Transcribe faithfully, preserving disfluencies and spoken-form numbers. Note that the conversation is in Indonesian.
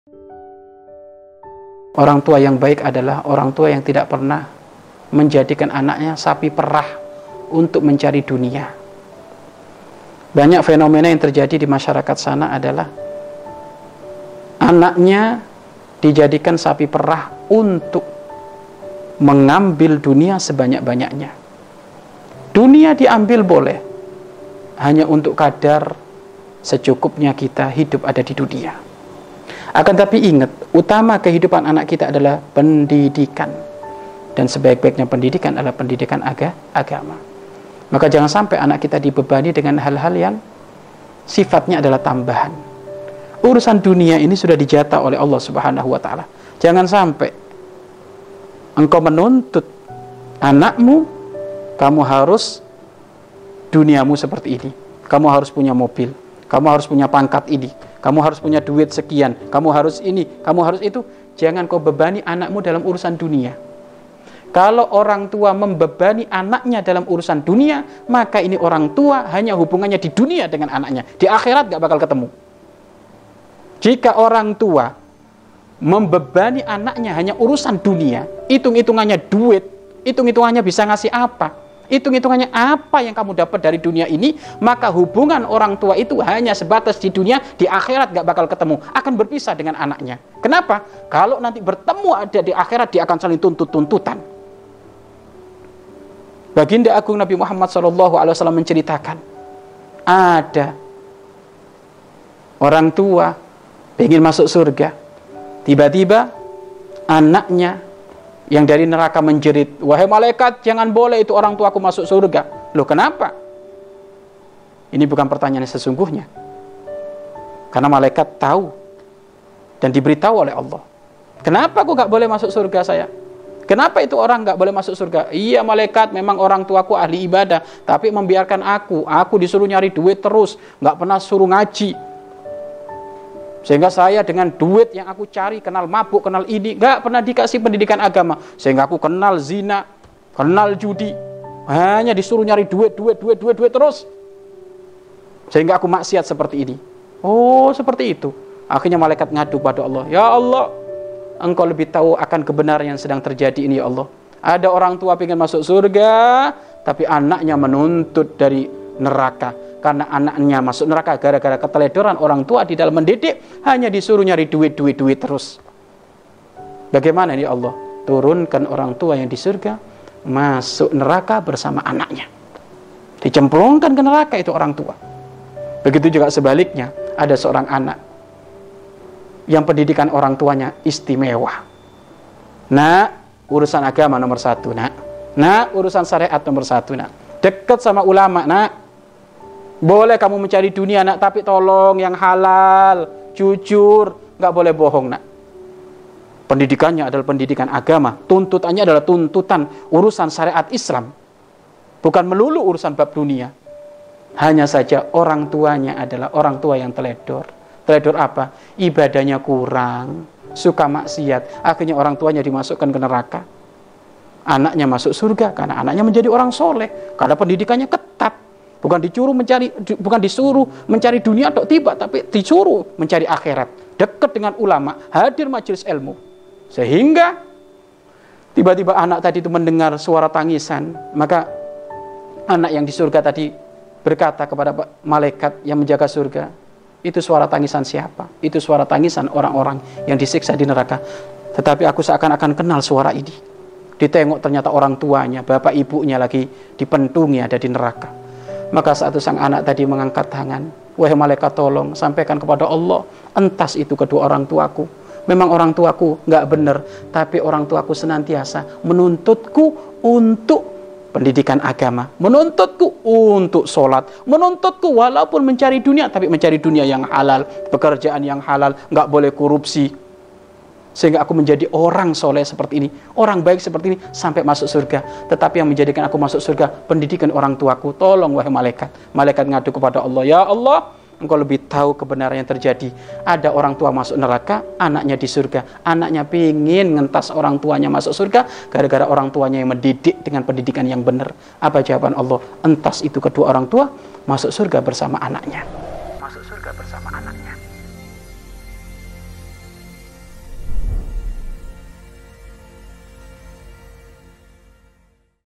Orang tua yang baik adalah orang tua yang tidak pernah menjadikan anaknya sapi perah untuk mencari dunia. Banyak fenomena yang terjadi di masyarakat sana adalah anaknya dijadikan sapi perah untuk mengambil dunia sebanyak-banyaknya. Dunia diambil boleh, hanya untuk kadar secukupnya kita hidup ada di dunia. Akan tapi ingat, utama kehidupan anak kita adalah pendidikan. Dan sebaik-baiknya pendidikan adalah pendidikan aga, agama. Maka jangan sampai anak kita dibebani dengan hal-hal yang sifatnya adalah tambahan. Urusan dunia ini sudah dijatah oleh Allah Subhanahu wa taala. Jangan sampai engkau menuntut anakmu, kamu harus duniamu seperti ini. Kamu harus punya mobil, kamu harus punya pangkat ini, kamu harus punya duit sekian, kamu harus ini, kamu harus itu. Jangan kau bebani anakmu dalam urusan dunia. Kalau orang tua membebani anaknya dalam urusan dunia, maka ini orang tua hanya hubungannya di dunia dengan anaknya. Di akhirat gak bakal ketemu. Jika orang tua membebani anaknya hanya urusan dunia, hitung-hitungannya duit, hitung-hitungannya bisa ngasih apa, hitung-hitungannya apa yang kamu dapat dari dunia ini, maka hubungan orang tua itu hanya sebatas di dunia, di akhirat gak bakal ketemu, akan berpisah dengan anaknya. Kenapa? Kalau nanti bertemu ada di akhirat, dia akan saling tuntut-tuntutan. Baginda Agung Nabi Muhammad shallallahu alaihi wasallam menceritakan, ada orang tua ingin masuk surga, tiba-tiba anaknya yang dari neraka menjerit, wahai malaikat, jangan boleh itu orang tuaku masuk surga. Loh, kenapa? Ini bukan pertanyaan yang sesungguhnya, karena malaikat tahu dan diberitahu oleh Allah. Kenapa aku gak boleh masuk surga saya? Kenapa itu orang gak boleh masuk surga? Iya malaikat, memang orang tuaku ahli ibadah, tapi membiarkan aku, aku disuruh nyari duit terus, gak pernah suruh ngaji. Sehingga saya dengan duit yang aku cari, kenal mabuk, kenal ini, gak pernah dikasih pendidikan agama. Sehingga aku kenal zina, kenal judi, hanya disuruh nyari duit, duit, duit, duit, duit terus. Sehingga aku maksiat seperti ini. Oh, seperti itu. Akhirnya malaikat ngadu pada Allah, ya Allah, Engkau lebih tahu akan kebenaran yang sedang terjadi ini ya Allah. Ada orang tua ingin masuk surga, tapi anaknya menuntut dari neraka. Karena anaknya masuk neraka gara-gara keteledoran orang tua di dalam mendidik, hanya disuruh nyari duit, duit, duit terus. Bagaimana ini Allah? Turunkan orang tua yang di surga, masuk neraka bersama anaknya. Dicemplungkan ke neraka itu orang tua. Begitu juga sebaliknya, ada seorang anak yang pendidikan orang tuanya istimewa. Nah, urusan agama nomor satu, nak. Nah, urusan syariat nomor satu, nak. Dekat sama ulama, nak. Boleh kamu mencari dunia, nak, tapi tolong yang halal, jujur, nggak boleh bohong, nak. Pendidikannya adalah pendidikan agama, tuntutannya adalah tuntutan urusan syariat Islam, bukan melulu urusan bab dunia. Hanya saja orang tuanya adalah orang tua yang teledor. Teledor apa? Ibadahnya kurang, suka maksiat, akhirnya orang tuanya dimasukkan ke neraka. Anaknya masuk surga karena anaknya menjadi orang soleh, karena pendidikannya ketat. Bukan disuruh mencari, bukan disuruh mencari dunia atau tiba, tapi disuruh mencari akhirat. Dekat dengan ulama, hadir majelis ilmu, sehingga tiba-tiba anak tadi itu mendengar suara tangisan. Maka anak yang di surga tadi berkata kepada malaikat yang menjaga surga, itu suara tangisan siapa? Itu suara tangisan orang-orang yang disiksa di neraka. Tetapi aku seakan-akan kenal suara ini. Ditengok ternyata orang tuanya, bapak ibunya lagi dipentungi ada di neraka. Maka saat itu sang anak tadi mengangkat tangan, wahai malaikat tolong sampaikan kepada Allah, entas itu kedua orang tuaku. Memang orang tuaku nggak benar, tapi orang tuaku senantiasa menuntutku untuk pendidikan agama, menuntutku untuk sholat, menuntutku walaupun mencari dunia, tapi mencari dunia yang halal, pekerjaan yang halal, nggak boleh korupsi, sehingga aku menjadi orang soleh seperti ini, orang baik seperti ini, sampai masuk surga. Tetapi yang menjadikan aku masuk surga, pendidikan orang tuaku. Tolong wahai malaikat. Malaikat ngadu kepada Allah, ya Allah, Engkau lebih tahu kebenaran yang terjadi. Ada orang tua masuk neraka, anaknya di surga. Anaknya pingin ngentas orang tuanya masuk surga, gara-gara orang tuanya yang mendidik dengan pendidikan yang benar. Apa jawaban Allah? Entas itu kedua orang tua masuk surga bersama anaknya.